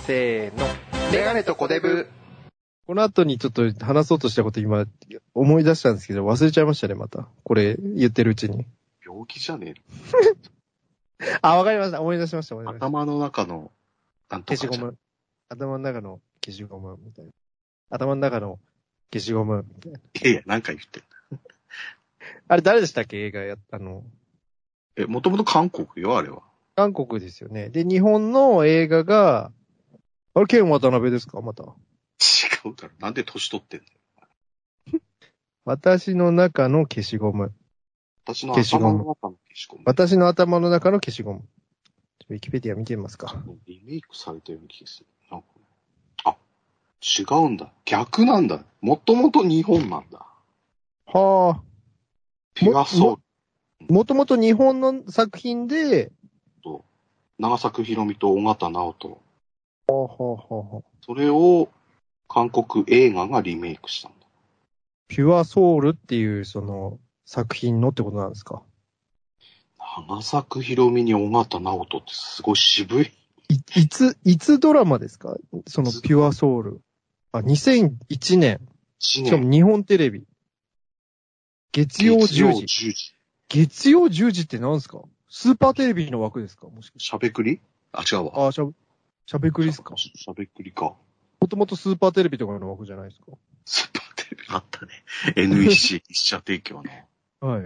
せーの。メガネとコデブ。 この後にちょっと話そうとしたこと今思い出したんですけど忘れちゃいましたね、また。これ言ってるうちに。 病気じゃねえあ、わかりました。思い出しました。 頭の中の、なんとか消しゴム。頭の中の消しゴムみたいな。頭の中の消しゴムみたいな。 いや、なんか言ってんあれ誰でしたっけ映画もともと韓国よ、あれは。 韓国ですよね。で、日本の映画が、あれ、ケン渡辺ですかまた。 違うだろ。なんで年取ってんだよ。 私の中の消しゴム。 私の頭の中の消しゴム。 私の頭の中の消しゴム。ウィキペディア見てみますか。 リメイクされたような気がする。なんかあ、違うんだ。逆なんだ。もともと日本なんだ。 はあ。 ピュアソウル。 もともと日本の作品で、 長作ひろみと尾形直人。 はあ。 それを韓国映画がリメイクしたんだ。 ピュアソウルっていうその作品のってことなんですか。 長作ひろみに尾形直人ってすごい渋い。 いつドラマですかそのピュアソウル。あ、2001年。しかも日本テレビ。月曜10時。月曜10時って何ですかスーパーテレビの枠ですかもしかして。 しゃべくりあ、違うわ。 あ、しゃべくりですかしゃべくりか。 もともとスーパーテレビとかの枠じゃないですかスーパーテレビあったね。NEC 一社提供の。 はい。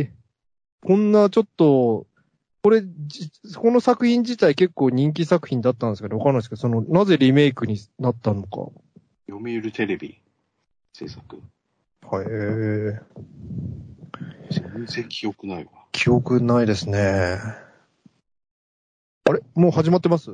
こんなちょっと、この作品自体結構人気作品だったんですけど、わかんないですけど、なぜリメイクになったのか。 読売テレビ制作。 はい。 全然記憶ないわ。 記憶ないですね。あれもう始まってます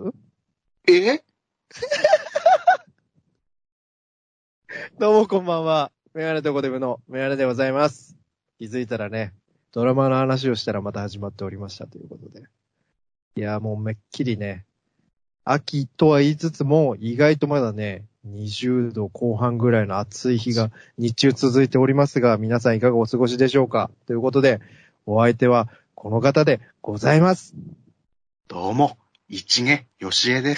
どうもこんばんは。メガネとコデブのメガネでございます。気づいたらね、ドラマの話をしたらまた始まっておりましたということで。いや、もうめっきりね、秋とは言いつつも、意外とまだね、20度後半ぐらいの暑い日が日中続いておりますが、皆さんいかがお過ごしでしょうかということで、お相手はこの方でございます。 どうも、一毛よしえです。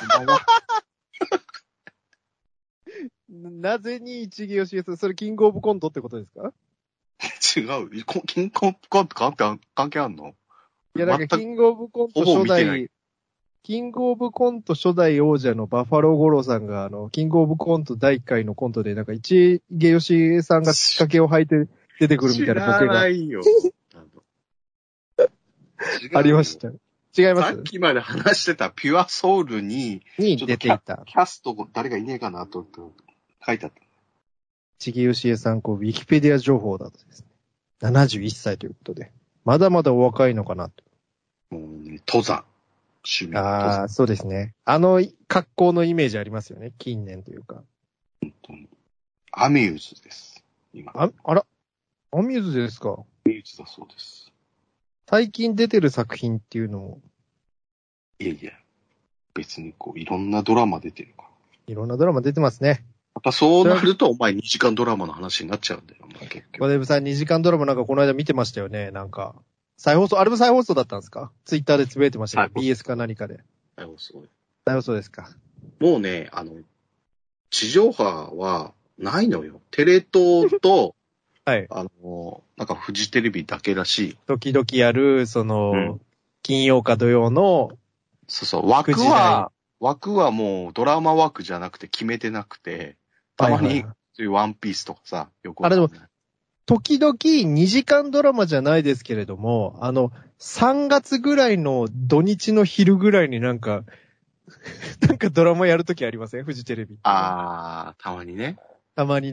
なぜに一芸をしそれキングオブコントってことですか違う。キングオブコント関係あんのいや、なんかキングオブコント初代、キングオブコント初代王者のバッファロー五郎さんが、キングオブコント第1回のコントで、なんか一芸よしえさんが仕掛けを履いて出てくるみたいなボケが。 知らないよ。 ありました。違いますさっきまで話してたピュアソウルに出ていた。 キャスト誰がいねえかなと書いてあった。 一芸よしえさん、ウィキペディア情報だとですね。71歳ということで。まだまだお若いのかなと。 もうね、登山。趣味。 ああ、そうですね。格好のイメージありますよね。近年というか。 本当に。アミューズです。今。 あら、アミューズですか。 アミューズだそうです。 最近出てる作品っていうのも。 いや。別にいろんなドラマ出てるから。 いろんなドラマ出てますね。 またそうなるとお前2時間ドラマの話になっちゃうんだよ。まあ、結局。 小デブさん2時間ドラマなんかこの間見てましたよね。なんか。再放送、あれも再放送だったんですかツイッターでつぶやいてましたよ。BS か何かで。 再放送。 再放送ですか。 もうね、地上波はないのよ。テレ東と、 はい。 なんかフジテレビだけらしい。 時々やる、金曜か土曜の、 そう、枠はもうドラマ枠じゃなくて決めてなくて、たまにそういうワンピースとかさ、よくわかんない。 でも、時々2時間ドラマじゃないですけれども、3月ぐらいの土日の昼ぐらいになんかドラマやるときありませんフジテレビ。 たまにね。 たまに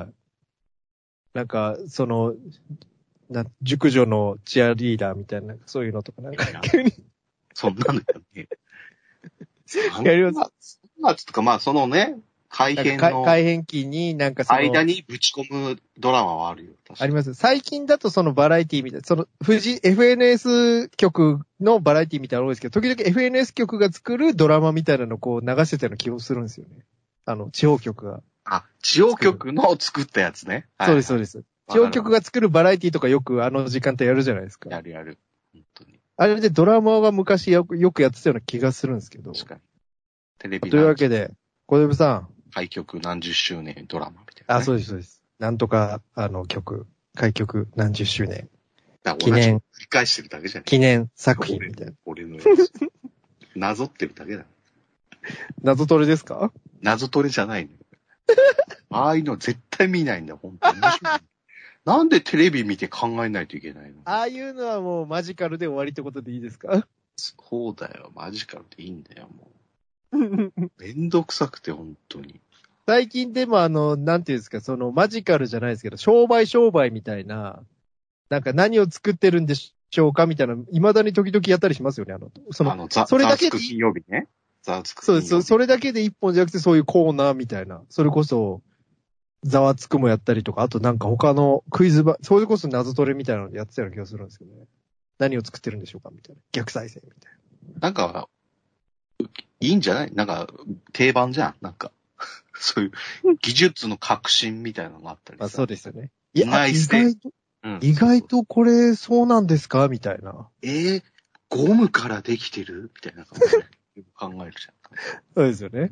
熟女のチアリーダーみたいな、そういうのとか急に。 そんなのやね。 やります。 3月とか、まあそのね、改編期に間にぶち込むドラマはあるよ。 あります。最近だとバラエティみたいな、FNS 局のバラエティみたいなの多いですけど、時々 FNS 局が作るドラマみたいなのを流してたような気がするんですよね。地方局が。 地方局の作ったやつね。 そうです。地方局が作るバラエティとかよく時間帯やるじゃないですか。 やる。本当に。 あれでドラマが昔よくやってたような気がするんですけど。 確かに。テレビというわけで、小籔さん。 開局何十周年ドラマみたいな、ね。 あ、そうです、そうです。なんとか、開局何十周年。 記念。繰り返してるだけじゃねえ。 記念作品みたいな。 俺のやつ。なぞってるだけだ。 謎トレですか？ 謎トレじゃないの。ああいうの絶対見ないんだよ、本当に。なんでテレビ見て考えないといけないの？ ああいうのはもうマジカルで終わりってことでいいですか？ そうだよ、マジカルでいいんだよ、もう。めんどくさくて、本当に。 最近でもなんていうんですか、そのマジカルじゃないですけど、商売みたいな、なんか何を作ってるんでしょうかみたいな、未だに時々やったりしますよね、それだけで。 金曜日ね。 そうです。それだけで一本じゃなくてそういうコーナーみたいな。それこそ、ざわつくもやったりとか、あとなんか他のクイズそれこそ謎トレみたいなのやってたような気がするんですけどね。何を作ってるんでしょうかみたいな。逆再生みたいな。なんか、いいんじゃない？なんか、定番じゃん。なんか、そういう技術の革新みたいなのがあったりさ。 あ、そうですよね。 意外とこれそうなんですかみたいな。 ゴムからできてるみたいな感じで考えるじゃん。 そうですよね。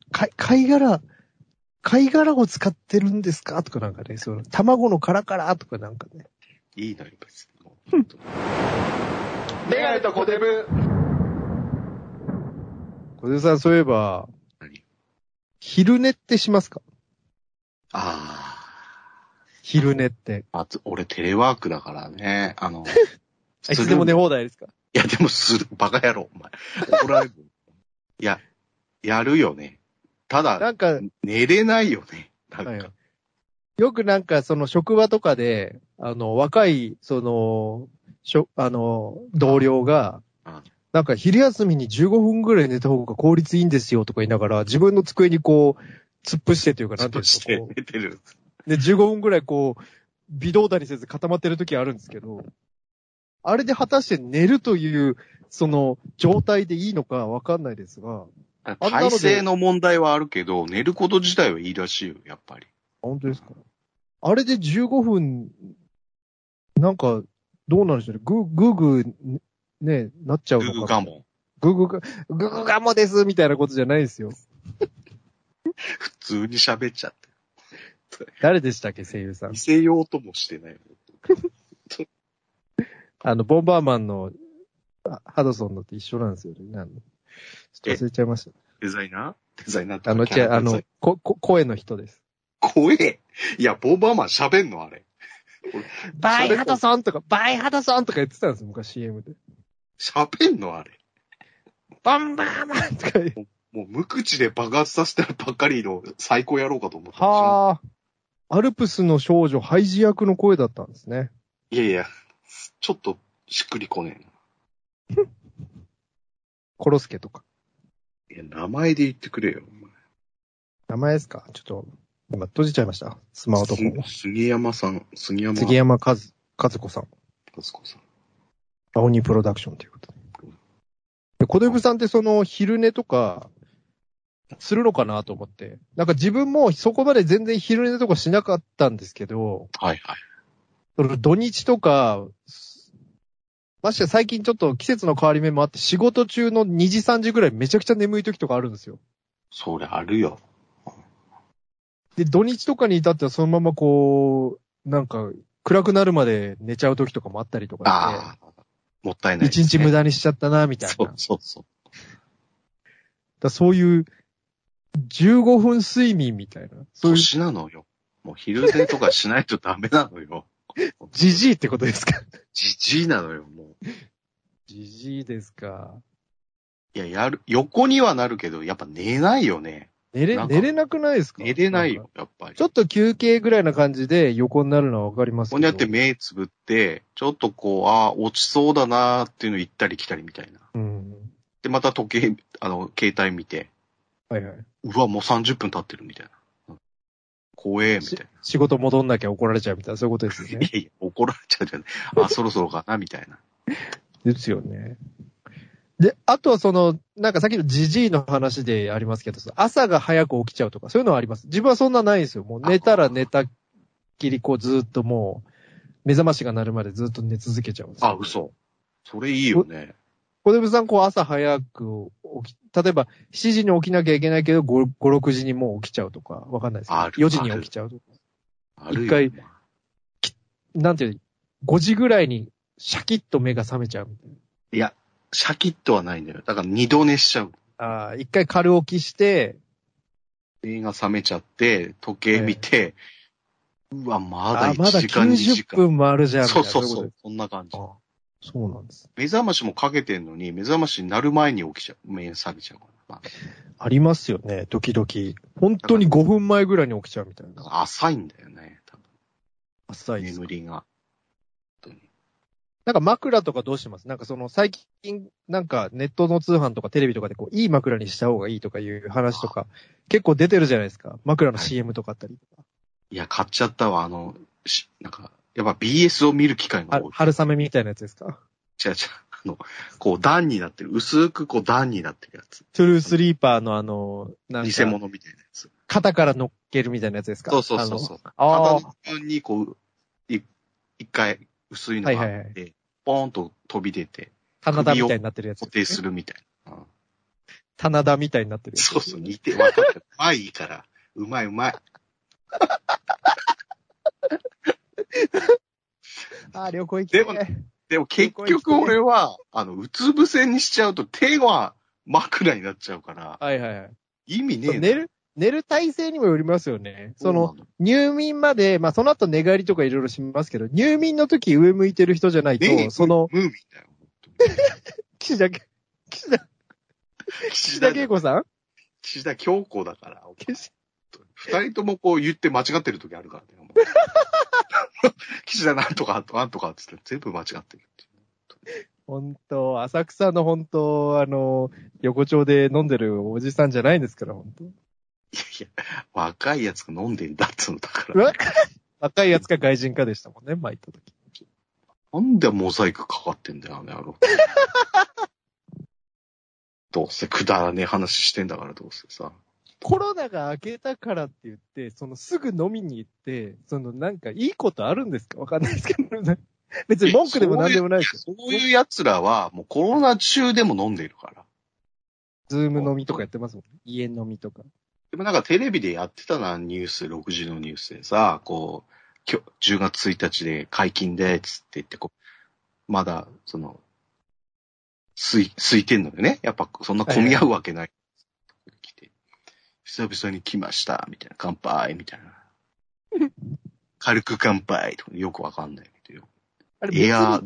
貝殻を使ってるんですかとかなんかね、その、卵の殻からとかなんかね。 いいのよ、別に。 メガネとコデブ。 小出さん、そういえば、昼寝ってしますか？昼寝って。 俺テレワークだからね。 いつでも寝放題ですか？ いや、でもバカ野郎、お前。怒られる。いや、やるよね。ただ、 なんか、 寝れないよね。なんか。 はい、よくなんか、その職場とかで、若い、その、同僚が、なんか昼休みに15分ぐらい寝た方が効率いいんですよとか言いながら、自分の机にこう、突っ伏してというか、なんていうんですか、 寝てる。 で、15分ぐらいこう、微動だにせず固まってる時あるんですけど、あれで果たして寝るという、その、状態でいいのかわかんないですが。 体勢の問題はあるけど、寝ること自体はいいらしいよ、やっぱり。 本当ですか？あれで15分、なんか、どうなんでしょうね。グーグー、ね、なっちゃうのか。 グーグーガモ。 グーグーガモですみたいなことじゃないですよ。 普通に喋っちゃって。 誰でしたっけ、声優さん。 見せようともしてない。 ボンバーマンの、ハドソンのって一緒なんですよね。ちょっと忘れちゃいました。 デザイナー声の人です。 声？いや、ボンバーマン喋んのあれ。 バイハドソンとか言ってたんですよ、昔 CM で。 喋んのあれ。 ボンバーマンとか言う。 もう無口で爆発させてるばっかりの最高やろうかと思った。 はあ。アルプスの少女ハイジ役の声だったんですね。 いやいや、ちょっとしっくりこねえな。 コロスケとか。 いや、名前で言ってくれよ、お前。 名前ですか？ちょっと、今閉じちゃいました。スマートフォン。 杉山和子さん。 青鬼プロダクションということで。小出部さんってその昼寝とか、するのかなと思って。なんか自分もそこまで全然昼寝とかしなかったんですけど。 はいはい。 その土日とか、まして最近ちょっと季節の変わり目もあって仕事中の2時3時ぐらいめちゃくちゃ眠い時とかあるんですよ。 それあるよ。 で、土日とかに至ってはそのままこう、なんか暗くなるまで寝ちゃう時とかもあったりとかして。 もったいない、ね。 一日無駄にしちゃったな、みたいな。 そう。 そういう15分睡眠みたいな。そういう。 年なのよ。もう昼寝とかしないとダメなのよ。 じじいってことですか？ じじいなのよ、もう。 じじいですか。 いや、横にはなるけど、やっぱ寝ないよね。 寝れなくないですか？ 寝れないよ、やっぱり。 ちょっと休憩ぐらいな感じで横になるのはわかりますけど。 ここにやって目つぶって、ちょっとこう、落ちそうだなーっていうの行ったり来たりみたいな。 うん。 で、また時計、携帯見て。 はいはい。 うわ、もう30分経ってるみたいな。怖え、みたいな。 仕事戻んなきゃ怒られちゃうみたいな、そういうことですよね。 いや、怒られちゃうじゃない。そろそろかな、みたいな。 ですよね。で、あとはなんかさっきのジジイの話でありますけど、朝が早く起きちゃうとか、そういうのはあります。自分はそんなないんですよ。もう寝たら寝たっきり、こうずっともう、目覚ましが鳴るまでずっと寝続けちゃうんですよ。 嘘。 それいいよね。 小出さん、こう朝早く例えば7時に起きなきゃいけないけど、5、6時にもう起きちゃうとか、わかんないですけど。4時に起きちゃうとか。一回、なんていう、5時ぐらいにシャキッと目が覚めちゃうみたいな。 いや、シャキッとはないんだよ。だから二度寝しちゃう。 ああ、一回軽起きして、 目が覚めちゃって、時計見て、うわ、まだ1時間、2時間。 90分もあるじゃん。 そう。そんな感じ。 そうなんです。 目覚ましもかけてんのに、目覚ましになる前に起きちゃう。目覚めちゃうから。 ありますよね、時々。本当に5分前ぐらいに起きちゃうみたいな。 浅いんだよね、多分。 浅いです。 眠りが。 なんか枕とかどうします？なんか最近、なんかネットの通販とかテレビとかでいい枕にした方がいいとかいう話とか、結構出てるじゃないですか。枕の CM とかあったりとか。 いや、買っちゃったわ。なんか、やっぱ BS を見る機会が多い。 春雨みたいなやつですか？ 違う。段になってる。薄く段になってるやつ。 トゥルースリーパーのなんか。 偽物みたいなやつ。 肩から乗っけるみたいなやつですか？ そう。肩の分に一回薄いのがあって、ポーンと飛び出て。 棚田みたいになってるやつ。 固定するみたいな。 棚田みたいになってるやつ。 そう、似て、わかった。うまいから。うまい。 旅行行きたい。 でも結局俺は、うつ伏せにしちゃうと手は枕になっちゃうから。 はい。 意味ねえな。 寝る体勢にもよりますよね。入眠まで、その後寝返りとかいろいろしますけど、入眠の時上向いてる人じゃないと、 ムーミンだよ。 岸田恵子さん？ 岸田京子だから。二人とも言って間違ってる時あるからね。岸田なんとかつって全部間違ってる。 本当、浅草の横丁で飲んでるおじさんじゃないんですから、本当。 いや、若いやつが飲んでんだっつうのだから、ね。 若いやつか外人かでしたもんね、前行った時。 なんでモザイクかかってんだよね、どうせくだらねえ話してんだからどうせさ。 コロナが明けたからって言って、すぐ飲みに行って、なんかいいことあるんですか？わかんないですけど、ね、別に文句でもなんでもないですよ。 そういう奴らは、もうコロナ中でも飲んでいるから。 ズーム飲みとかやってますもんね。家飲みとか。 でもなんかテレビでやってたな、ニュース、6時のニュースでさ、今日、10月1日で解禁で、つって言って、まだ、空いてんのよね。やっぱ、そんな混み合うわけない。来て、久々に来ました、みたいな、乾杯、みたいな。軽く乾杯、とかよくわかんないけどよ。エア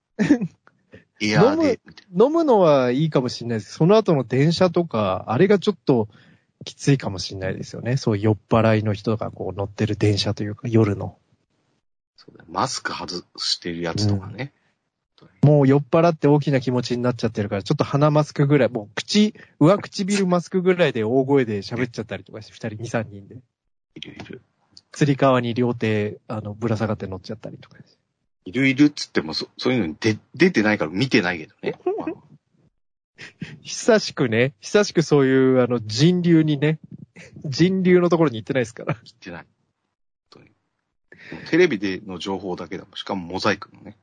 ーで。 飲むのはいいかもしれないです。その後の電車とか、あれがちょっときついかもしれないですよね。そういう酔っ払いの人が乗ってる電車というか、夜の。 そうだ、マスク外してるやつとかね。 もう酔っ払って大きな気持ちになっちゃってるから、ちょっと鼻マスクぐらい、もう上唇マスクぐらいで大声で喋っちゃったりとかして、2人、2、3人で。 いる。 釣り革に両手、ぶら下がって乗っちゃったりとかです。 いるっつっても、そういうのに出てないから見てないけどね。 久しくそういう人流にね、人流のところに行ってないですから。 行ってない。本当に。テレビでの情報だけだもん。しかもモザイクのね。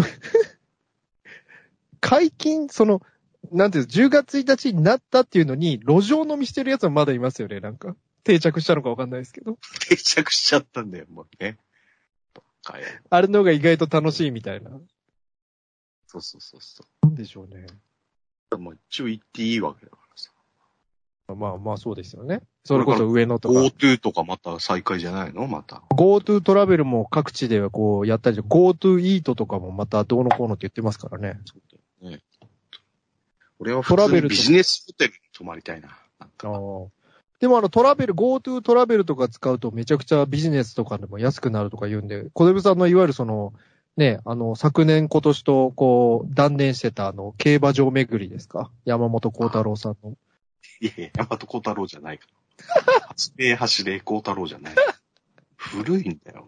解禁、なんていうの、10月1日になったっていうのに、路上飲みしてるやつはまだいますよね、なんか。定着したのかわかんないですけど。 定着しちゃったんだよ、もうね。 あれの方が意外と楽しいみたいな。 そう。 なんでしょうね。 もう一応言っていいわけだからさ。 まあそうですよね。それこそ上野とか。 GoTo とかまた再開じゃないのまた。 GoTo トラベルも各地ではやったり、GoTo イートとかもまたどうのこうのって言ってますからね。そうだよね。 俺は普通にビジネスホテルに泊まりたいな。 でもGoTo トラベルとか使うとめちゃくちゃビジネスとかでも安くなるとか言うんで、小出さんのいわゆるね、昨年今年と断念してた競馬場巡りですか？山本幸太郎さんの。 いや、山本幸太郎じゃないから。発明走れ幸太郎じゃない。古いんだよ、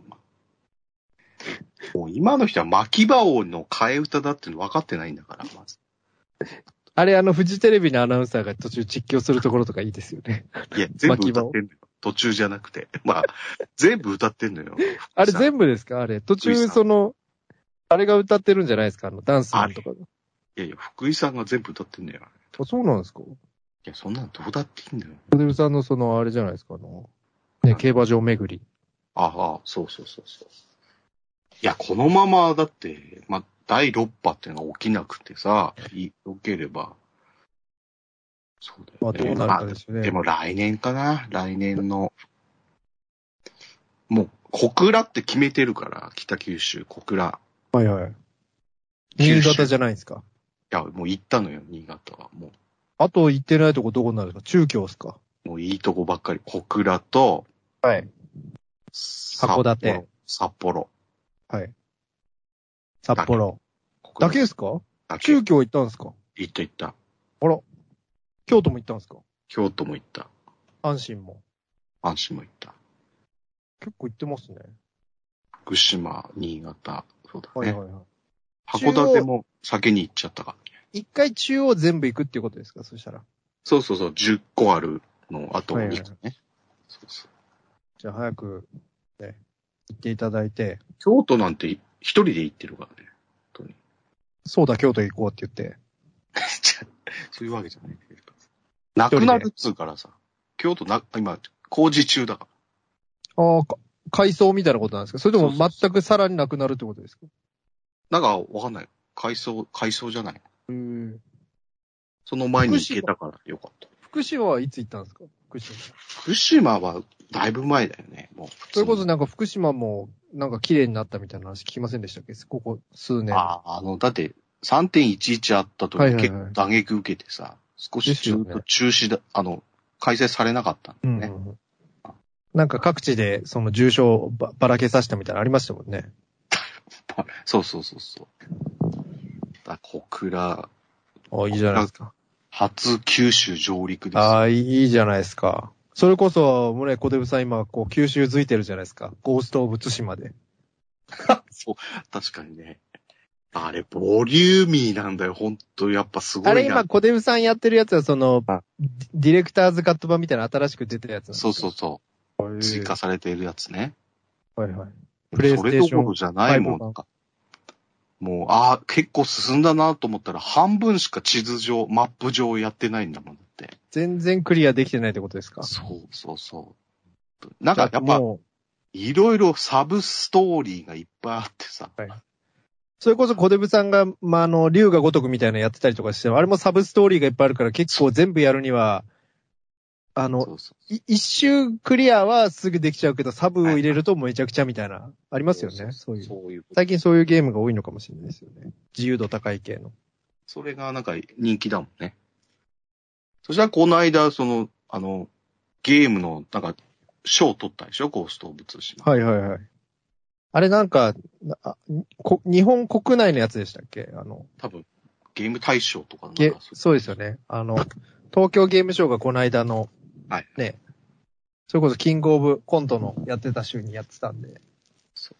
もう今の人は牧場王の替え歌だっての分かってないんだから、まず。 あれフジテレビのアナウンサーが途中実況するところとかいいですよね。 いや、全部歌ってんのよ。途中じゃなくて。全部歌ってんのよ。 あれ全部ですか？あれ。途中あれが歌ってるんじゃないですかダンスマンとかが。 いやいや、福井さんが全部歌ってんだよ。 あ、そうなんですかいや、そんなのどうだっていいんだよ。 小出さんのあれじゃないですかね、競馬場巡り。 ああ、そう。いや、このまま、だって、第6波っていうのが起きなくてさ、良ければ。そうだよね。 どうなるかですよね。 でも来年かな来年の。もう、小倉って決めてるから、北九州、小倉。 はいはい。新潟じゃないですか。 いや、もう行ったのよ、新潟は。もう。 あと行ってないとこどこになるんですか中京ですかもういいとこばっかり。小倉と、 はい。函館。 札幌。 はい。札幌。だけですかだけ。 中京行ったんですか行った。 あら。京都も行ったんですか京都も行った。 阪神も行った。 結構行ってますね。 福島、新潟。そうだね。 はい。 函館も先に行っちゃったからね。 一回中央全部行くっていうことですかそしたら。 そう。10個あるの、あと2個ね。そう。 じゃあ早く、ね、行っていただいて。 京都なんて一人で行ってるからね。本当に。 そうだ、京都行こうって言って。 そういうわけじゃない。なくなるっつうからさ。京都今、工事中だから。 ああ、改装みたいなことなんですかそれとも全くさらになくなるってことですかなんかわかんない。改装じゃない。その前に行けたからよかった。 福島はいつ行ったんですか福島はだいぶ前だよね。もうそれこそなんか福島もなんか綺麗になったみたいな話聞きませんでしたっけここ数年。 だって 3.11 あった時に結構打撃受けてさ、少し中止だ、開催されなかったんだよね。 なんか各地でその重症をばらけさせたみたいなのありましたもんね。 そう。小倉。 いいじゃないですか。 初九州上陸です。 いいじゃないですか。それこそ、もうね、小出さん今、九州づいてるじゃないですか。ゴーストオブツシマで。 そう、確かにね。あれ、ボリューミーなんだよ、ほんと、やっぱすごいな。 あれ今、小出さんやってるやつは、ディレクターズカット版みたいな新しく出たやつなんですかそう。追加されているやつね。 はい。プレイステーション。 それどころじゃないもんか。もう、結構進んだなと思ったら、半分しかマップ上やってないんだもんだって。 全然クリアできてないってことですかそう。なんかやっぱ、いろいろサブストーリーがいっぱいあってさ。 はい。それこそ小出さんが、竜が如くみたいなのやってたりとかして、あれもサブストーリーがいっぱいあるから結構全部やるには、一周クリアはすぐできちゃうけど、サブを入れるとめちゃくちゃみたいな、ありますよね。そういう。最近そういうゲームが多いのかもしれないですよね。自由度高い系の。 それがなんか人気だもんね。そしたらこの間、ゲームの、なんか、賞を取ったでしょゴーストオブツシマ。 はい。あれなんか、日本国内のやつでしたっけ多分、ゲーム大賞とかなんかそうですよね。東京ゲームショウがこの間の、 はい。 ね、それこそキングオブコントのやってた週にやってたんで。 そう。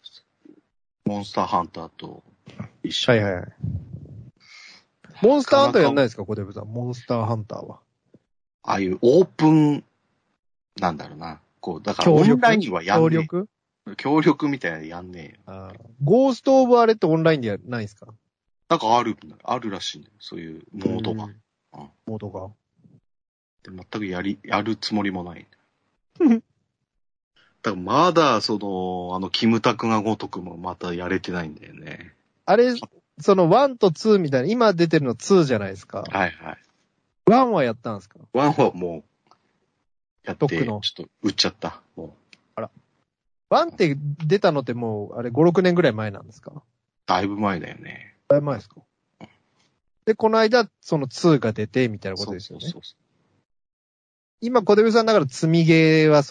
モンスターハンターと一緒。 はい。モンスターハンターやんないですか小出さん。モンスターハンターは。 ああいうオープン、なんだろうな。だからオンラインはやんねえ。協力みたいなのやんねえよ。 ゴーストオブあれってオンラインでやないですかなんかあるらしいね。そういうモードが。 モードが。 で全くやるつもりもない。だからまだ、キムタクがごとくもまたやれてないんだよね。 あれ、1と2みたいな、今出てるの2じゃないですか。 はい。 1はやったんですか ?1 はもう、やって、ちょっと売っちゃった。もう。 あら。1って出たのってもう、あれ5、6年ぐらい前なんですかだいぶ前だよね。 だいぶ前ですかで、この間、2が出て、みたいなことですよね。そう。今、小出さんだから積みゲーは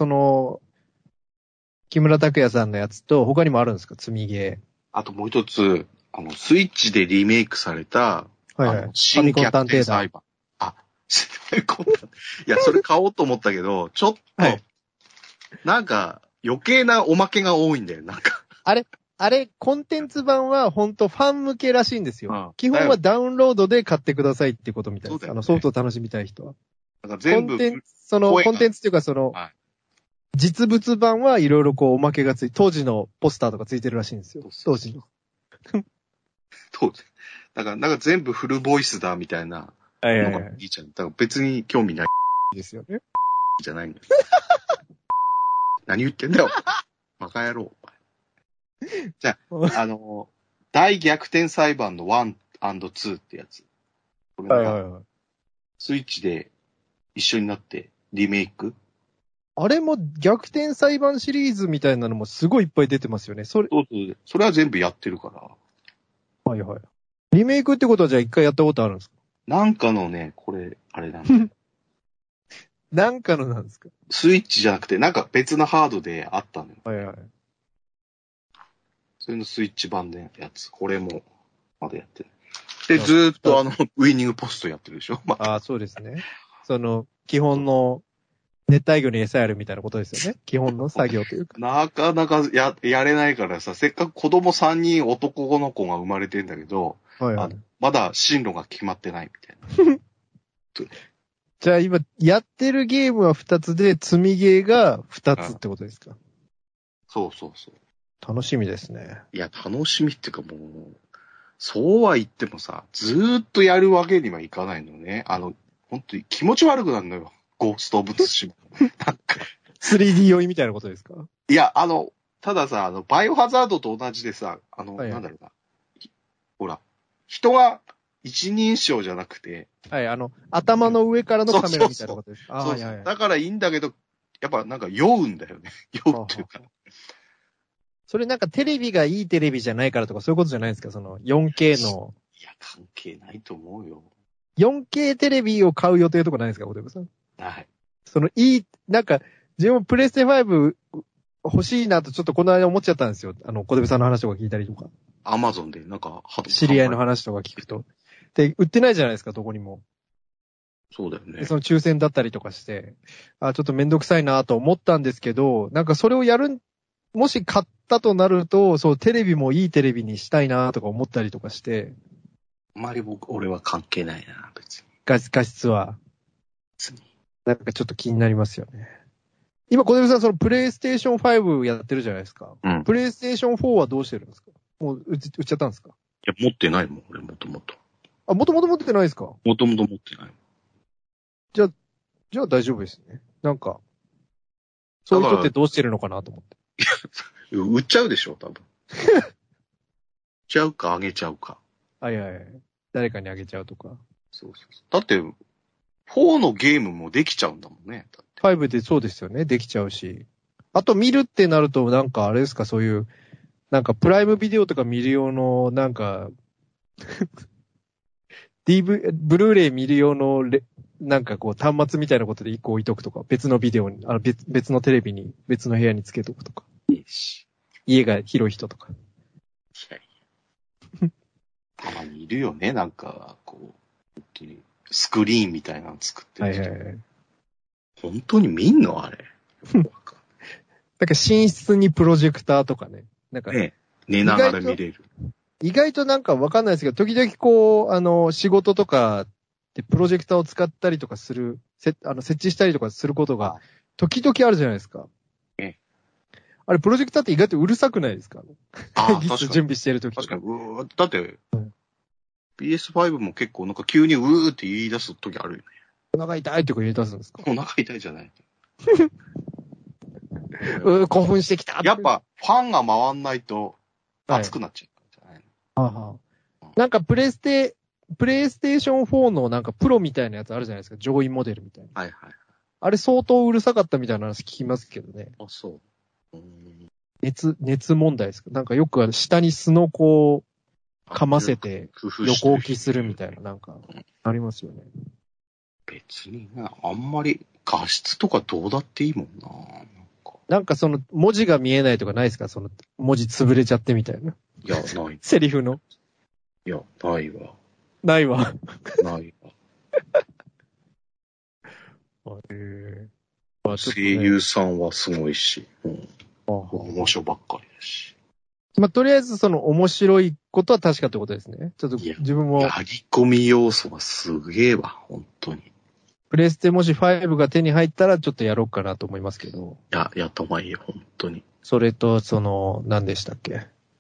木村拓哉さんのやつと、他にもあるんですか積みゲー。 あともう一つ、スイッチでリメイクされた、新キャプテン裁判。いや、それ買おうと思ったけど、ちょっと、なんか、余計なおまけが多いんだよ、なんか。 あれ、コンテンツ版は本当ファン向けらしいんですよ。基本はダウンロードで買ってくださいってことみたいです。ソフトを楽しみたい人は。 なんか全部。 コンテンツっていうか実物版はいろいろおまけが当時のポスターとかついてるらしいんですよ。当時の。 そう。なんか全部フルボイスだみたいなのがいいじゃん。だから別に興味ない。 ですよね。 じゃないんだよ。何言ってんだよ。バカ野郎。じゃあ、大逆転裁判の 1&2 ってやつ。これが、スイッチで一緒になってリメイク。 あれも逆転裁判シリーズみたいなのもすごいいっぱい出てますよね。それは全部やってるから。 はいはい。リメイクってことはじゃあ一回やったことあるんですか？ なんかのね、これ、あれなんだ。 なんかのなんですか？ スイッチじゃなくて、なんか別のハードであったのよ。 はいはい。 それのスイッチ版のやつ。これも、まだやってる。で、ずーっとウイニングポストやってるでしょ、 ああ、そうですね。基本の熱帯魚に餌やるみたいなことですよね。基本の作業というか。 なかなかやれないからさ、せっかく子供3人男の子が生まれてんだけど、 はいはい。 まだ進路が決まってないみたいな。 じゃあ今、やってるゲームは2つで、積みゲーが2つってことですか？ そうそうそう。 楽しみですね。 いや、楽しみっていうかもう、そうは言ってもさ、ずーっとやるわけにはいかないのね。本当に気持ち悪くなるのよ。ゴーストオブツシマ。なんか。 3D 酔いみたいなことですか？ いや、たださ、バイオハザードと同じでさ、 はいなんだろうな。ほら、人が一人称じゃなくて。 はい、頭の上からのカメラみたいなことですか？ そうそう。だからいいんだけど、やっぱなんか酔うんだよね。酔うっていうか。 それなんかテレビがいいテレビじゃないからとかそういうことじゃないですか？4K の。 いや、関係ないと思うよ。 4K テレビを買う予定とかないですか、小手部さん？ はい。 なんか、自分プレステ5欲しいなとちょっとこの間思っちゃったんですよ。小手部さんの話とか聞いたりとか。 アマゾンでなんか、 知り合いの話とか聞くと。で、売ってないじゃないですか、どこにも。 そうだよね。 で抽選だったりとかして、ちょっとめんどくさいなと思ったんですけど、なんかそれをもし買ったとなると、テレビもいいテレビにしたいなとか思ったりとかして。 あまり俺は関係ないな、別に。 画質は。なんかちょっと気になりますよね。今、小出さん、プレイステーション5やってるじゃないですか。 うん。 プレイステーション4はどうしてるんですか？もう売っちゃったんですか？ いや、持ってないもん、俺、もともと。 もともと持ってないですか？ もともと持ってない。 じゃあ大丈夫ですね。なんか、そういう人ってどうしてるのかなと思って。 売っちゃうでしょ、多分。売っちゃうか、あげちゃうか。 はいはい。誰かにあげちゃうとか。 そう。だって、4のゲームもできちゃうんだもんね。 5でそうですよね。できちゃうし。あと見るってなると、なんかあれですか、そういう、なんかプライムビデオとか見る用の、なんか、ブルーレイ見る用のなんかこう端末みたいなことで1個置いとくとか、別のビデオに、別のテレビに、別の部屋につけとくとか。家が広い人とか。 いやたまにいるよね、なんか、こう、本当にスクリーンみたいなの作ってる人。はいはいはい。本当に見んのあれ。 なんか寝室にプロジェクターとかね。なんかね、寝ながら見れる。 意外となんかわかんないですけど、時々こう、仕事とかでプロジェクターを使ったりとかする、設置したりとかすることが、時々あるじゃないですか。あれ、プロジェクターって意外とうるさくないですか？会議室準備してるとき。 確かに。だって、PS5 も結構なんか急にうーって言い出すときあるよね。 お腹痛いって言い出すんですか？ お腹痛いじゃない。 興奮してきた。 やっぱ、ファンが回んないと、熱くなっちゃうんじゃないの？ なんかプレイステーション4のなんかプロみたいなやつあるじゃないですか。上位モデルみたいな。 はいはい。 あれ相当うるさかったみたいな話聞きますけどね。 あ、そう。 熱問題ですか？なんかよく下にスノコをかませて横置きするみたいななんかありますよね。 別にな、あんまり画質とかどうだっていいもんな。 なんか文字が見えないとかないですか？文字潰れちゃってみたいな。 いや、ない。 セリフの。 いや、ないわ。 ないわ。 ないわ。声優さんはすごいし、面白ばっかりだし。 とりあえず面白いことは確かってことですね。ちょっと自分も。 やり込み要素はすげえわ、本当に。 プレステもし5が手に入ったらちょっとやろうかなと思いますけど。 やったまいいよ、本当に。 それと、何でしたっけ？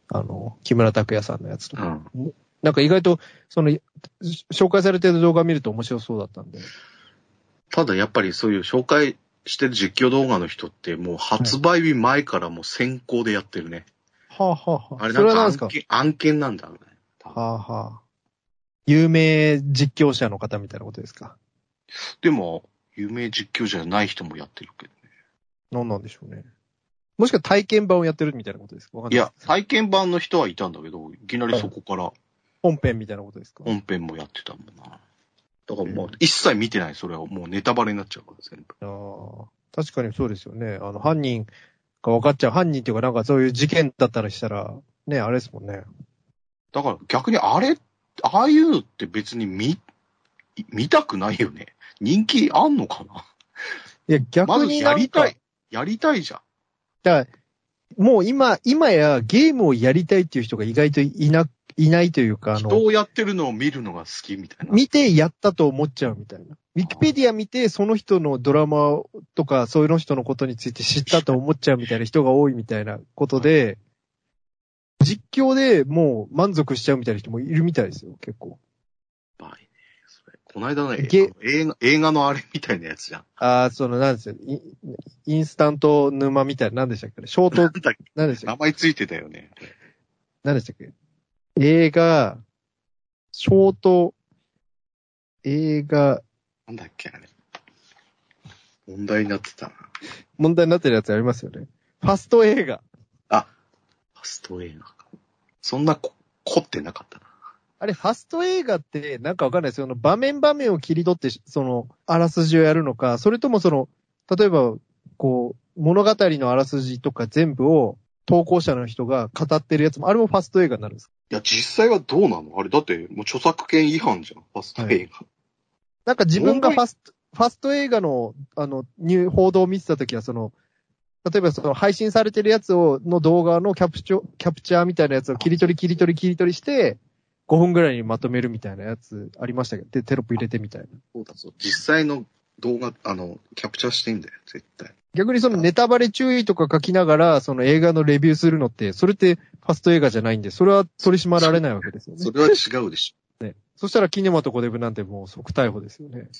木村拓哉さんのやつとうか。 ん。 なんか意外と、紹介されてる動画見ると面白そうだったんで。 ただやっぱりそういう紹介してる実況動画の人ってもう発売日前からもう先行でやってるね。 はあ、はあはあ、 あれそれは何ですか？ 案件なんだろうね。 はあはあ。有名実況者の方みたいなことですか？ でも、有名実況じゃない人もやってるけどね。 何なんでしょうね。もしくは体験版をやってるみたいなことですか？わかんないです。 いや、体験版の人はいたんだけど、いきなりそこから本編みたいなことですか？ 本編もやってたもんな。だからもう一切見てない、それはもうネタバレになっちゃうから全部。 ああ、確かにそうですよね。犯人が分かっちゃう。犯人っていうかなんかそういう事件だったりしたら、ね、あれですもんね。 だから逆にああいうのって別に見たくないよね。人気あんのかな。 いや、逆まずになんか、 やりたいじゃん。 だからもう今やゲームをやりたいっていう人が意外といないというか、 人をやってるのを見るのが好きみたいな。 見てやったと思っちゃうみたいな。ウィキペディア見てその人のドラマとかそういうの人のことについて知ったと思っちゃうみたいな人が多いみたいなことで、実況でもう満足しちゃうみたいな人もいるみたいですよ、結構。 やばいね。それこの間ね、映画のあれみたいなやつじゃん。 なんですよ。インスタント沼みたいな、何でしたっけ？ショート、何でしたっけ？ 名前ついてたよね。 何でしたっけ？映画、ショート、映画、 なんだっけあれ。問題になってたな。 問題になってるやつありますよね。ファスト映画。 あ、ファスト映画か。そんな凝ってなかったな。 あれ、ファスト映画って、なんかわかんないですよ。場面を切り取って、あらすじをやるのか、それとも例えば、物語のあらすじとか全部を投稿者の人が語ってるやつも、あれもファスト映画になるんですか？ いや、実際はどうなのあれ、だって、もう著作権違反じゃん、ファスト映画。 なんか自分がファスト映画の、報道を見てたときは、例えば配信されてるやつの動画のキャプチャーみたいなやつを切り取りして、5分ぐらいにまとめるみたいなやつありましたけど、で、テロップ入れてみたいな。 そうだそう。実際の動画、キャプチャーしてんだよ、絶対。 逆にネタバレ注意とか書きながら、映画のレビューするのって、それってファスト映画じゃないんで、それは取り締まられないわけですよね。 それは違うでしょ。 ね。そしたらキネマとコデブなんてもう即逮捕ですよね。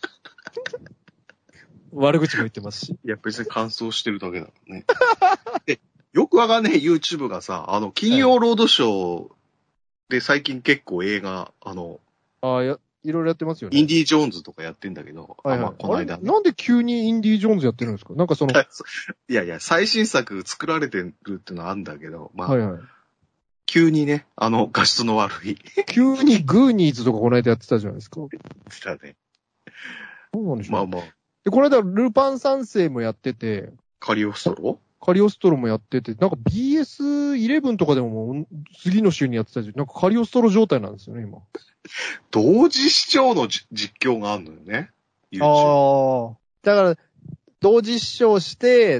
悪口も言ってますし。 いや、別に感想してるだけだからね。で、よくわかんない YouTube がさ、金曜ロードショーで最近結構映画、 いろいろやってますよね。 インディ・ジョーンズとかやってんだけど、 はいはいまあ、この間、ね。 なんで急にインディ・ジョーンズやってるんですか？なんかいやいや、最新作作られてるってのはあるんだけど、まあ、 はいはい。 急にね、画質の悪い。 急にグーニーズとかこの間やってたじゃないですか。 だね。 そうなんでしょう。 まあまあ。 で、この間ルパン三世もやってて、 カリオストロもやってて、なんか BS11 とかでももう次の週にやってたじゃん。なんかカリオストロ状態なんですよね、今。 同時視聴の実況があるのよね。 YouTube。ああ。だから、同時視聴して、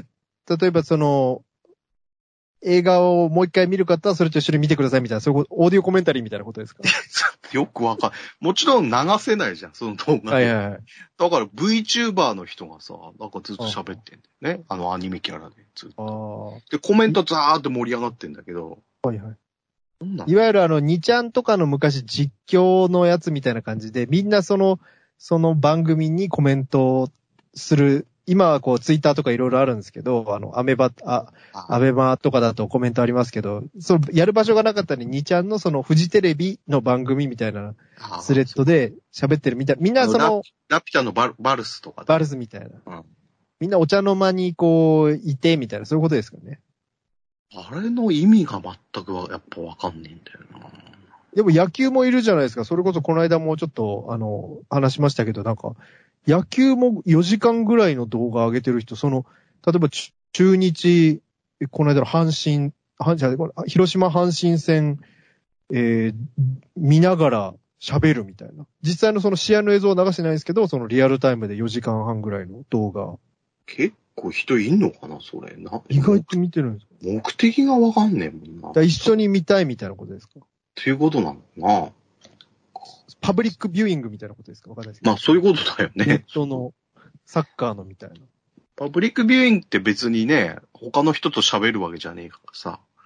例えば映画をもう一回見る方はそれと一緒に見てくださいみたいな、そういうオーディオコメンタリーみたいなことですか？ よくわかんない。もちろん流せないじゃん、その動画。 はいはいはい。 だから VTuber の人がさ、なんかずっと喋ってんだよね。アニメキャラでずっと。で、コメントザーって盛り上がってんだけど。 はいはい。 いわゆる2ちゃんとかの昔実況のやつみたいな感じで、みんなその番組にコメントをする。今はツイッターとかいろいろあるんですけど、アベマとかだとコメントありますけど、やる場所がなかったり、2ちゃんのフジテレビの番組みたいなスレッドで喋ってるみたい。みんなラピュタのバルスとか。 バルスみたいな。 うん、 みんなお茶の間にいてみたいな、そういうことですかね。 あれの意味が全くやっぱわかんねえんだよな。 でも野球もいるじゃないですか。それこそこの間もちょっと、話しましたけど、なんか、野球も4時間ぐらいの動画上げてる人、例えば中日、この間の広島阪神戦、見ながら喋るみたいな。実際の試合の映像は流してないんですけど、リアルタイムで4時間半ぐらいの動画。 結構人いんのかな、それ。 意外と見てるんですか？ 目的がわかんねえもんな。 一緒に見たいみたいなことですか？ っていうことなのかな。 パブリックビューイングみたいなことですか？わかんないですけど。 まあそういうことだよね。 ネットのサッカーのみたいな。 パブリックビューイングって別にね、他の人と喋るわけじゃねえからさ。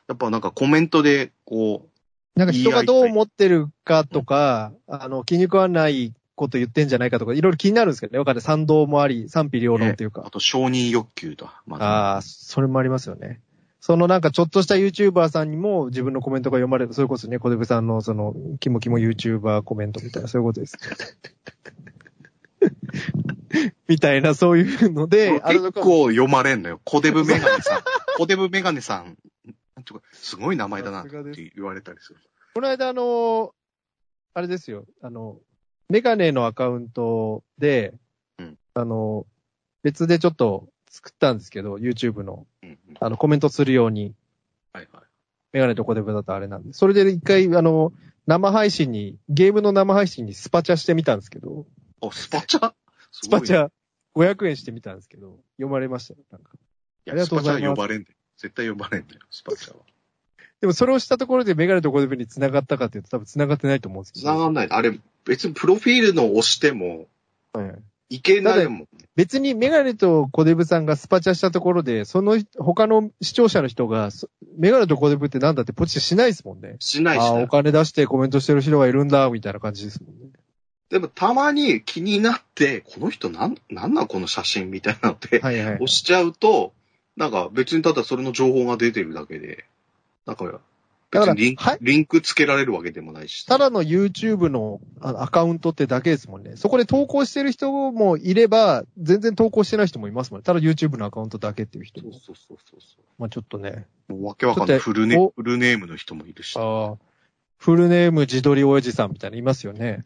やっぱなんかコメントで、こう、 なんか人がどう思ってるかとか、気に食わないこと言ってんじゃないかとか、いろいろ気になるんですけどね。わかんない。賛同もあり、賛否両論っていうか。 あと承認欲求だ。まああ、それもありますよね。そのなんかちょっとした YouTuber さんにも自分のコメントが読まれる。それこそね、小出部さんのその、キモキモ YouTuber コメントみたいな、そういうことです。みたいな、そういうので、 結構読まれんのよ。小デブメガネさん。小デブメガネさん。なんていうか、すごい名前だなって言われたりする。 この間あれですよ。メガネのアカウントで、別でちょっと作ったんですけど、YouTube の、コメントするように。 はいはい。 メガネと小デブだとあれなんで。それで一回、生配信に、ゲームの生配信にスパチャしてみたんですけど。 スパチャスパチャ500円してみたんですけど、読まれましたよ、なんか。 ありがとうございます。スパチャ呼ばれんだよ。絶対呼ばれんだよ、スパチャは。 でもそれをしたところでメガネと小デブに繋がったかっていうと多分繋がってないと思うんですけど。 繋がんない。あれ、別にプロフィールの押しても、いけないもん。 別にメガネと小デブさんがスパチャしたところで、その他の視聴者の人が、メガネと小デブってなんだってポチしないですもんね。 しないしない。 お金出してコメントしてる人がいるんだ、みたいな感じですもんね。 でもたまに気になって、この人なんこの写真みたいなのって、押しちゃうと、なんか別にただそれの情報が出てるだけで、だから別にリンクつけられるわけでもないし。 ただの YouTube のアカウントってだけですもんね。そこで投稿してる人もいれば、全然投稿してない人もいますもんね。ただ YouTube のアカウントだけっていう人も。 そう。 まあちょっとね。 もうわけわかんないフルネームの人もいるし。 フルネーム自撮り親父さんみたいなのいますよね。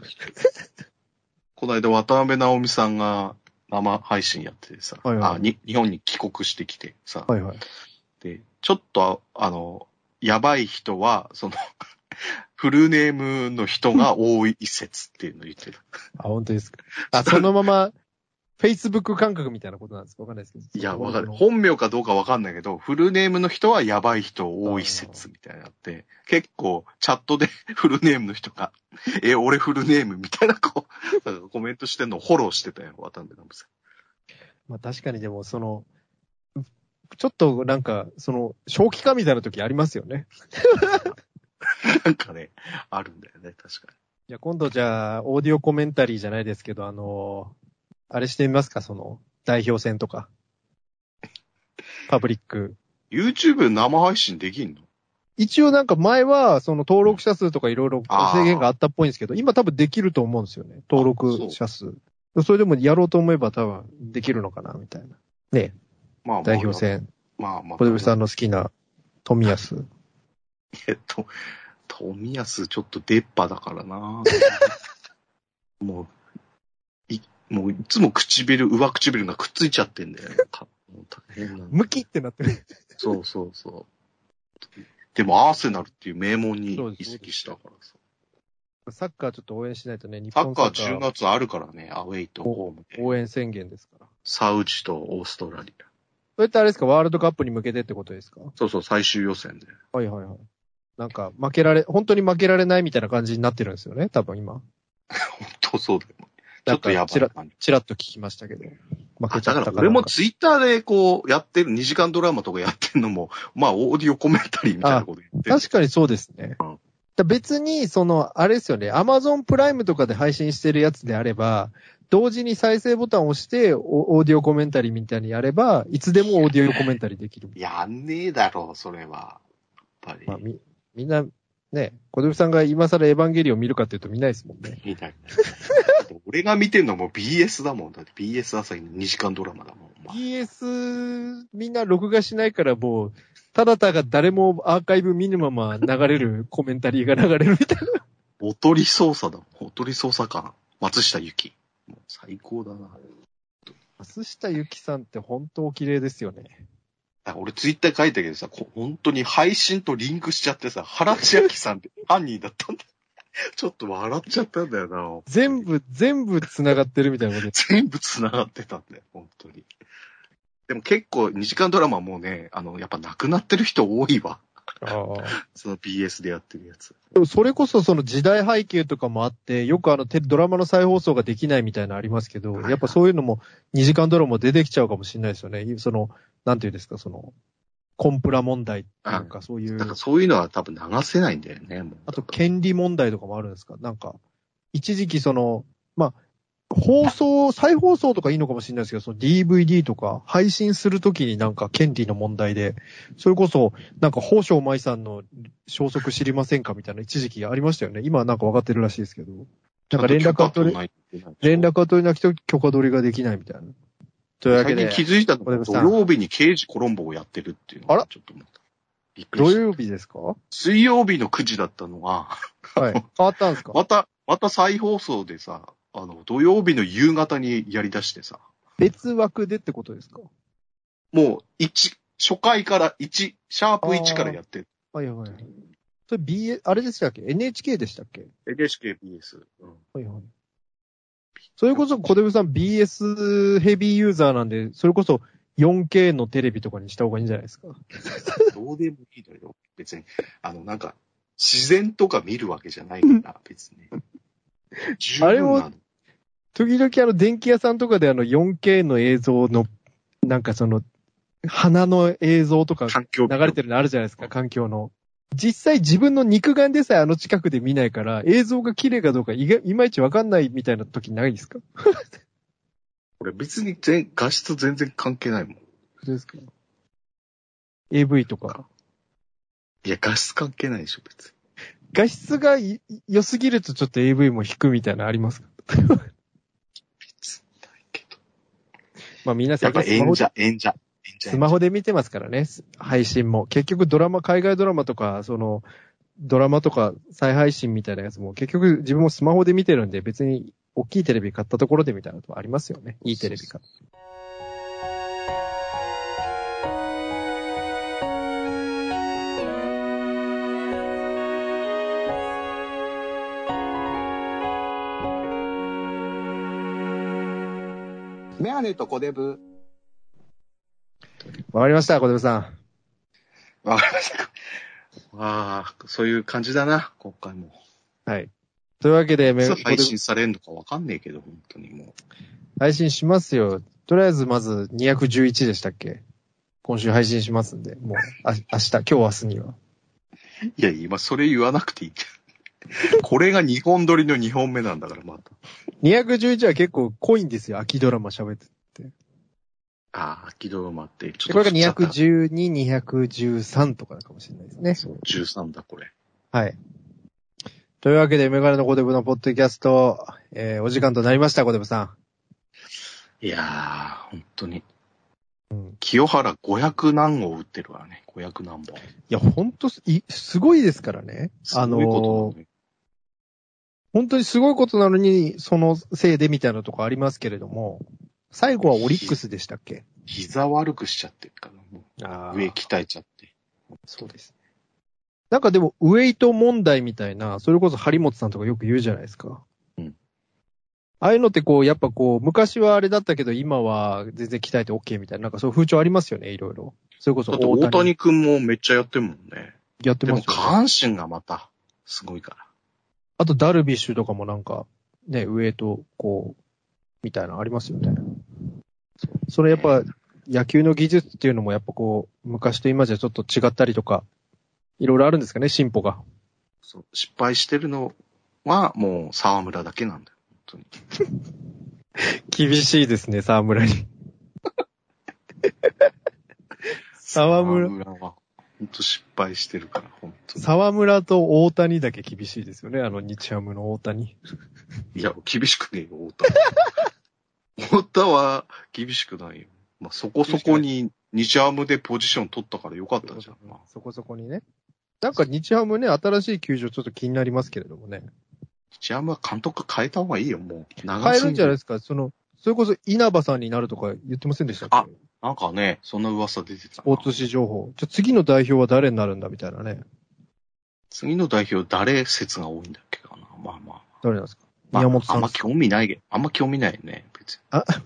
この間渡辺直美さんが生配信やっててさ、日本に帰国してきてさ、で、ちょっとやばい人は、フルネームの人が多い説っていうのを言ってる。 本当ですか。そのまま、Facebook 感覚みたいなことなんですかわかんないですけど。 いや、わかる。本名かどうかわかんないけど、フルネームの人はやばい人多い説みたいなのあって、結構チャットでフルネームの人が、俺フルネームみたいなコメントしてんのをフォローしてたよ、渡辺直美さん。 まあ確かにでもちょっとなんか、正気かみたいな時ありますよね。 なんかね、あるんだよね、確かに。 じゃあ今度じゃあ、オーディオコメンタリーじゃないですけど、あれしてみますか、代表戦とか。パブリック。 YouTube 生配信できんの？ 一応なんか前は、登録者数とかいろいろ制限があったっぽいんですけど、今多分できると思うんですよね。登録者数。それでもやろうと思えば多分できるのかな、みたいな。ね。代表戦。小出さんの好きな富安。 富安ちょっと出っ歯だからなもういつも上唇がくっついちゃってんだよね。大変なんだ。 ムキってなってる。 そう。でもアーセナルっていう名門に移籍したからさ。 サッカーちょっと応援しないとね、日本サッカー10月あるからね、アウェイとホームで。 応援宣言ですから。 サウジとオーストラリア。 それってあれですか、ワールドカップに向けてってことですか？ そう、最終予選で。 はい。なんか、本当に負けられないみたいな感じになってるんですよね、多分今。 本当そうだよ。ちょっとやばい。 チラッと聞きましたけど。負けちゃったから俺もツイッターでやってる、2時間ドラマとかやってるのも、まあ、オーディオコメンタリーみたいなこと言ってる。 確かにそうですね。別に、あれですよね、Amazon プライムとかで配信してるやつであれば、同時に再生ボタンを押して、オーディオコメンタリーみたいにやれば、いつでもオーディオコメンタリーできる。 やんねえだろう、それは。やっぱり。 まあ、みんな、ね、小出さんが今更エヴァンゲリオン見るかっていうと見ないですもんね。 見ない。俺が見てんのも BS だもん。だって BS 朝日の2時間ドラマだもん。 BS みんな録画しないからもう、ただ誰もアーカイブ見ぬまま流れるコメンタリーが流れるみたいな。 おとり捜査だもん。おとり捜査官。松下由紀。もう最高だな。 松下由紀さんって本当お綺麗ですよね。 俺ツイッター書いたけどさ、本当に配信とリンクしちゃってさ、原千秋さんって犯人だったんだ。ちょっと笑っちゃったんだよな。 全部繋がってるみたいなことで。 全部繋がってたんだよ、本当に。でも結構2時間ドラマもね、やっぱ亡くなってる人多いわ。その BS でやってるやつ。 それこそ時代背景とかもあって、よくドラマの再放送ができないみたいなのありますけど、やっぱそういうのも2時間ドラマ出てきちゃうかもしれないですよね。なんていうんですか、 コンプラ問題なんかそういう。 だからそういうのは多分流せないんだよね、もう。 あと、権利問題とかもあるんですか？なんか、一時期まあ、再放送とかいいのかもしれないですけど、その DVD とか配信するときになんか権利の問題で、それこそなんか宝生舞さんの消息知りませんかみたいな一時期ありましたよね。今はなんか分かってるらしいですけど。なんか連絡は取れなくて許可取りができないみたいな。というわけで。 最近気づいたのが土曜日に刑事コロンボをやってるっていうのがちょっと思った。びっくりした。 土曜日ですか？ 水曜日の9時だったのが、 はい。変わったんですか？ また再放送でさ、土曜日の夕方にやり出してさ。 別枠でってことですか？ もう、初回からシャープ1からやってる。 はいはいはい。それあれでしたっけ？ NHK でしたっけ？ NHK、BS。うん。 はいはい。それこそ小出さん BS ヘビーユーザーなんで、それこそ 4K のテレビとかにした方がいいんじゃないですか？ どうでもいいのよ。別に。なんか、自然とか見るわけじゃないから、別に。 あれも、時々電気屋さんとかで4K の映像の、なんか花の映像とか流れてるのあるじゃないですか、環境の。実際自分の肉眼でさえ近くで見ないから、映像が綺麗かどうかいまいちわかんないみたいな時ないですか？ 俺別に画質全然関係ないもん。 そうですか？ AV とか。 いや、画質関係ないでしょ、別に。 画質が良すぎるとちょっと AV も引くみたいなのありますか？別にないけど。まあ皆さんやっぱ演者。 スマホで見てますからね、配信も。結局海外ドラマとか、ドラマとか再配信みたいなやつも、結局自分もスマホで見てるんで、別に大きいテレビ買ったところでみたいなのとありますよね。いいテレビ買って。 メガネとコデブ。 わかりました、小出さん。 わかりましたか。そういう感じだな、今回も。 はい。というわけで、 いつ配信されるのかわかんねえけど、本当にもう。 配信しますよ。とりあえずまず211でしたっけ？今週配信しますんで、もう明日、今日明日には。 いや、今それ言わなくていい。これが2本撮りの2本目なんだから、また。 211は結構濃いんですよ、秋ドラマ喋ってて。 秋ドラマって、ちょっと。 これが212、213とかかもしれないですね。 そう、13だ、これ。 はい。というわけで、メガネのコデブのポッドキャスト、お時間となりました、コデブさん。いやー、本当に。 うん、 清原500何号打ってるからね、500何本。 いや、本当すごいですからね。 すごいことなのに。 本当にすごいことなのに、そのせいでみたいなとこありますけれども、最後はオリックスでしたっけ？ 膝悪くしちゃってるから、もう。上鍛えちゃって。 そうですね。なんかでも、ウェイト問題みたいな、それこそ張本さんとかよく言うじゃないですか。 うん。 ああいうのってやっぱ昔はあれだったけど、今は全然鍛えて OK みたいな、なんかそういう風潮ありますよね、いろいろ。それこそ大谷くんもめっちゃやってるもんね。 やってますよね。 でも下半身がまた、すごいから。 あとダルビッシュとかもなんか、ね、ウェイト、みたいなのありますよね。それやっぱ、野球の技術っていうのもやっぱ昔と今じゃちょっと違ったりとか、いろいろあるんですかね、進歩が。 そう、失敗してるのはもう沢村だけなんだよ、本当に。 厳しいですね、沢村に。 沢村は本当失敗してるから、本当に。 沢村と大谷だけ厳しいですよね、日ハムの大谷。 いや、厳しくねえよ、太田。太田は厳しくないよ。まあ、そこそこに日ハムでポジション取ったからよかったじゃん。 そこそこにね。なんか日ハムね、新しい球場ちょっと気になりますけれどもね。 日ハムは監督変えた方がいいよ、もう。 変えるんじゃないですか。それこそ稲葉さんになるとか言ってませんでしたっけ？ なんかね、そんな噂出てたな。 スポーツ紙情報。次の代表は誰になるんだみたいなね。次の代表誰説が多いんだっけかな。まあ。 誰なんですか？宮本さん。 あんま興味ないね、別に。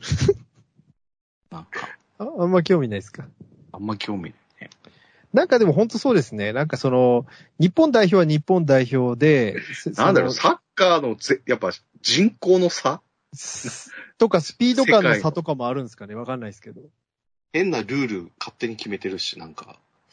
なんか。 あんま興味ないですか？ あんま興味ないね。 なんかでも本当そうですね。なんか日本代表は日本代表で、 なんだろう、サッカーのやっぱ人口の差とかスピード感の差とかもあるんですかね。わかんないですけど。 変なルール勝手に決めてるし、なんか。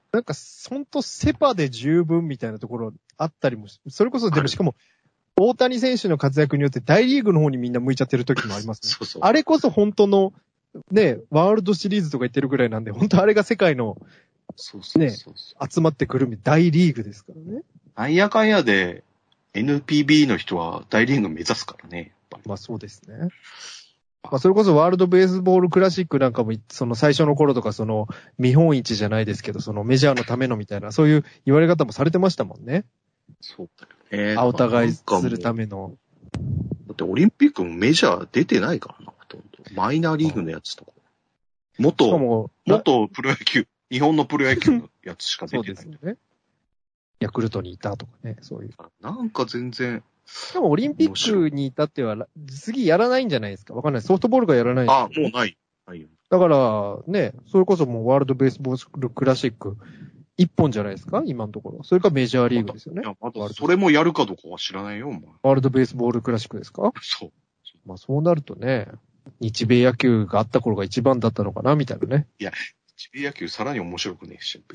なんか、ほんとセパで十分みたいなところあったりもそれこそ、でもしかも、大谷選手の活躍によって大リーグの方にみんな向いちゃってる時もありますね。 そうそう。 あれこそ本当の、ね、ワールドシリーズとか言ってるぐらいなんで、本当あれが世界のそうそうそう集まってくる大リーグですからね。 なんやかんやで NPB の人は大リーグ目指すからね。やっぱりまあそうですね。まあそれこそワールドベースボールクラシックなんかも、その最初の頃とかその見本市じゃないですけど、そのメジャーのためのみたいな、そういう言われ方もされてましたもんね。 そうだよね。 お互いするための。 だってオリンピックもメジャー出てないからな、ほとんど。マイナーリーグのやつとか。元プロ野球、日本のプロ野球のやつしか出てない。そうですよね。 ヤクルトにいたとかね、そういう。 なんか全然。 しかもオリンピックに至っては、次やらないんじゃないですか。わかんない。ソフトボールがやらないんですか、もうない。ないよ。 だから、ね、それこそもうワールドベースボールクラシック、一本じゃないですか今のところ。それかメジャーリーグですよね。 まだそれもやるかどうかは知らないよ、お前。 ワールドベースボールクラシックですかそう。 まあそうなるとね、日米野球があった頃が一番だったのかなみたいなね。 いや、日米野球さらに面白くねえし。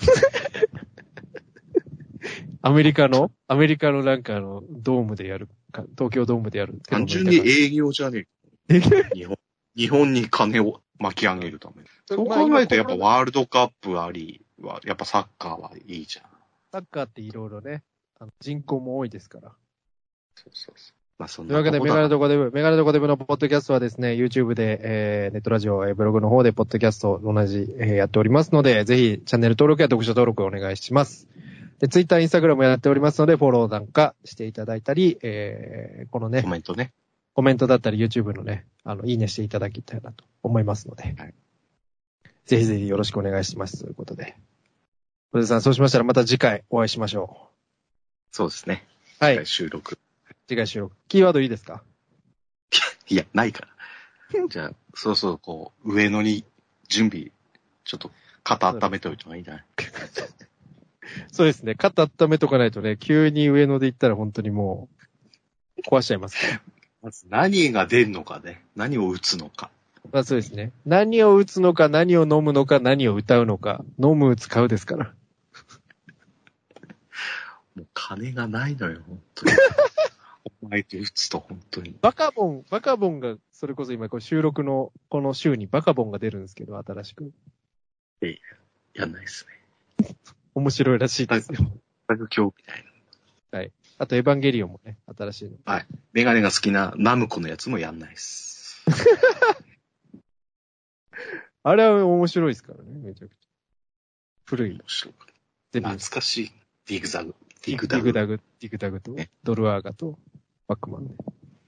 アメリカのなんかドームでやるか、東京ドームでやる。 単純に営業じゃねえ。日本に金を巻き上げるため。そう考えるとやっぱワールドカップありは、やっぱサッカーはいいじゃん。 サッカーっていろいろね、人口も多いですから。 そうそうそう。まあそんなというわけで、メガネとコデブのポッドキャストはですね、YouTube で、ネットラジオ、ブログの方でポッドキャスト同じ、やっておりますので、ぜひチャンネル登録や読書登録をお願いします。で、Twitter、Instagram もやっておりますので、フォローなんかしていただいたり、このね、コメントだったり YouTube のね、いいねしていただきたいなと思いますので、はい、ぜひぜひよろしくお願いしますということで。小出さん、そうしましたらまた次回お会いしましょう。 そうですね。 はい。 次回収録。 キーワードいいですか？ いや、ないから。じゃあ、そうそう、こう、上野に準備、ちょっと肩温めておいた方がいいんじゃない？ そうですね。肩温めとかないとね、急に上野で行ったら本当にもう、壊しちゃいますから。 まず何が出るのかね。何を打つのか。 まあそうですね。何を打つのか、何を飲むのか、何を歌うのか。飲む、打つ、買うですから。 もう金がないのよ、本当に。お前と打つと本当に。 バカボンが、それこそ今こう収録のこの週にバカボンが出るんですけど、新しく。 やんないですね。 面白いらしいですよ。 全く興味ないの。はい。あとエヴァンゲリオンもね、新しいの。 はい。メガネが好きなナムコのやつもやんないです。 あれは面白いですからね、めちゃくちゃ。古い。 面白い。懐かしい。ディグダグと、ね、 ドルアーガと、バックマンね。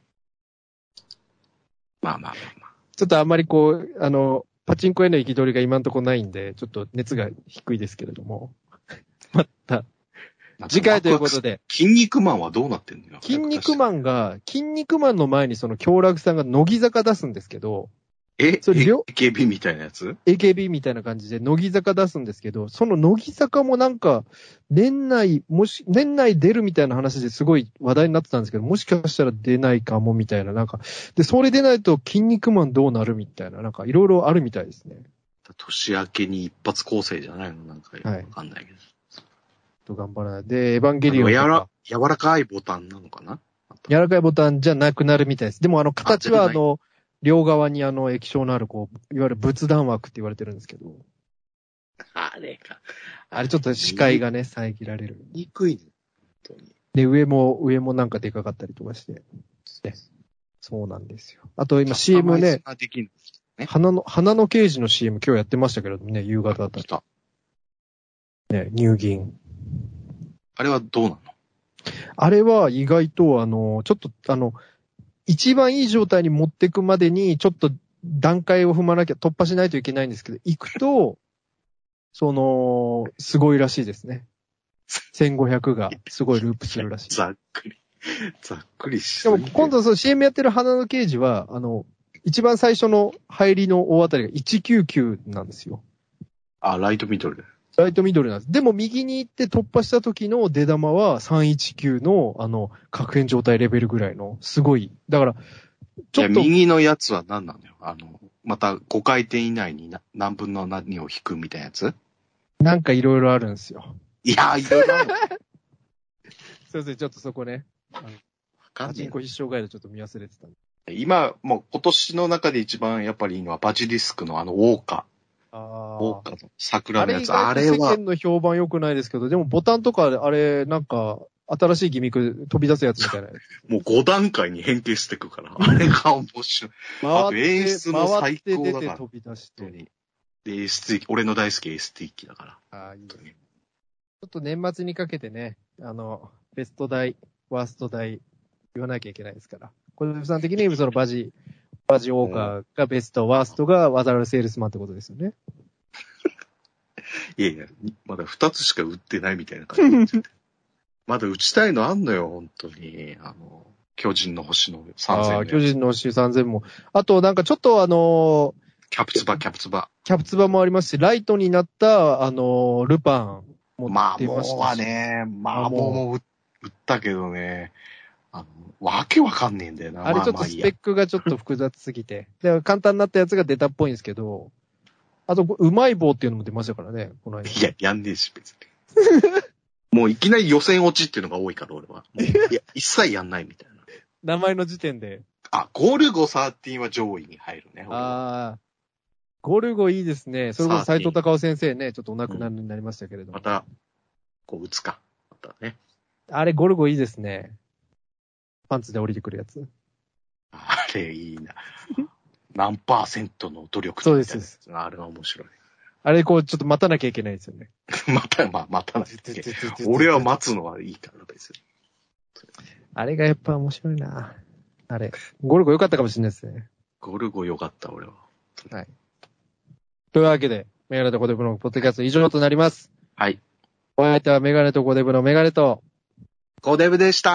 まあ。 ちょっとあんまりこう、パチンコへの憤りが今んとこないんで、ちょっと熱が低いですけれども。また、次回ということで。 筋肉マンはどうなってんのよ。 筋肉マンの前にその京楽さんが乃木坂出すんですけど、 それAKB みたいなやつ ?AKB みたいな感じで乃木坂出すんですけど、その乃木坂もなんか、年内出るみたいな話ですごい話題になってたんですけど、もしかしたら出ないかもみたいな、なんか、で、それ出ないと筋肉マンどうなるみたいな、なんかいろいろあるみたいですね。 年明けに一発構成じゃないのなんかわかんないけど。 頑張らない。で、エヴァンゲリオンとか。 柔らかいボタンなのかな？ 柔らかいボタンじゃなくなるみたいです。でも形は両側に液晶のあるこう、いわゆる仏壇枠って言われてるんですけど。 あれちょっと視界がね、遮られる。 憎いね。本当に。 で、上もなんかでかかったりとかして。ね、そうなんですよ。あと今 CM ね、花の刑事の CM 今日やってましたけどね、夕方だった。ね、乳銀。 あれはどうなの？ あれは意外とちょっと一番いい状態に持っていくまでに、ちょっと段階を踏まなきゃ突破しないといけないんですけど、行くと、すごいらしいですね。1500がすごいループするらしい。 ざっくりしすぎて。 でも今度CM やってる花の刑事は、一番最初の入りの大当たりが199なんですよ。 ライトミドル。 ライトミドルなんです。でも右に行って突破した時の出玉は319の確変状態レベルぐらいのすごい。だから、 ちょっと。右のやつは何なのよ。また5回転以内に何分の何を引くみたいなやつ？ なんかいろいろあるんですよ。 いや、いろいろある。 すいません、ちょっとそこね。 わかんねえパチンコ必勝ガイドちょっと見忘れてたんで。 今、もう今年の中で一番やっぱりいいのはバジリスクのウォーカー。ウォーカーの桜のやつ。あれ世は間、の評判良くないですけど、でもボタンとかあれ、なんか、新しいギミック飛び出すやつみたいなやつ。 もう5段階に変形していくから。あれが面白い。あと演出も最高だから。 回って出て飛び出して。 本当に。で、ST、俺の大好き ST 機だから。 ああ、いいね。ちょっと年末にかけてね、ベスト代、ワースト代、言わなきゃいけないですから。小出さん的にそのバジウォーカーがベスト、ワーストがワザラルセールスマンってことですよね。 いやいや、まだ2つしか売ってないみたいな感じ。まだ打ちたいのあんのよ、本当に。巨人の星の3000 ああ、巨人の星3000も。あと、なんかちょっとキャプツバ。 キャプツバもありますし、ライトになった、ルパンも出ましたし。 もうはね、もう売ったけどね、わけわかんねえんだよな。 あれちょっとスペックがちょっと複雑すぎて。で、簡単になったやつが出たっぽいんですけど、あと、うまい棒っていうのも出ましたからね、この間。 いや、やんねえし、別に。もういきなり予選落ちっていうのが多いから、俺は。いや、一切やんないみたいな。 名前の時点で。 ゴルゴ13は上位に入るね。 ああ。ゴルゴいいですね。それこそ斎藤隆夫先生ね、ちょっとお亡くなりになりましたけれども。 また、こう打つか。またね。 あれ、ゴルゴいいですね。パンツで降りてくるやつ。 あれ、いいな。何%の努力そうです。 あれは面白い。 あれ、こう、ちょっと待たなきゃいけないですよね。 待たなきゃいけない。俺は待つのはいいから、別に。 あれがやっぱ面白いな。あれ。ゴルゴ良かったかもしれないですね。 ゴルゴ良かった、俺は。 はい。というわけで、メガネとコデブのポッドキャスト以上となります。 はい。 お相手はメガネとコデブのメガネと、 コデブでした。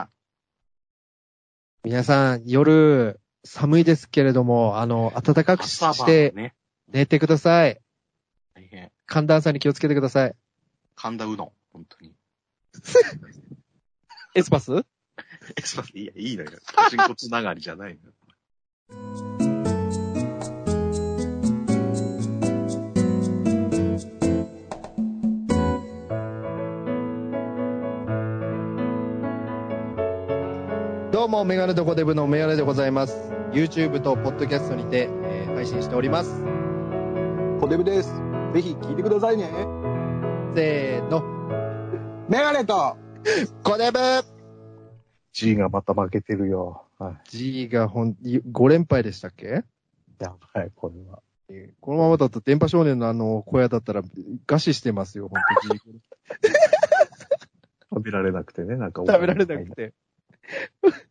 皆さん、夜、寒いですけれども、暖かくして、寝てください。 大変。 寒暖差に気をつけてください。 神田うどん、本当に。 エスパス？ エスパス、いや、いいのよ。パチンコつながりじゃないのよ。 どうも、メガネとコデブのメガネでございます。YouTube とポッドキャストにて、配信しております。 コデブです。ぜひ聞いてくださいね。 せーの。 メガネとコデブ G がまた負けてるよ。はい。 G が5連敗でしたっけ？ やばい、これは。 このままだと電波少年の小屋だったら餓死してますよ、本当に。 食べられなくてね、なんか。 食べられなくて。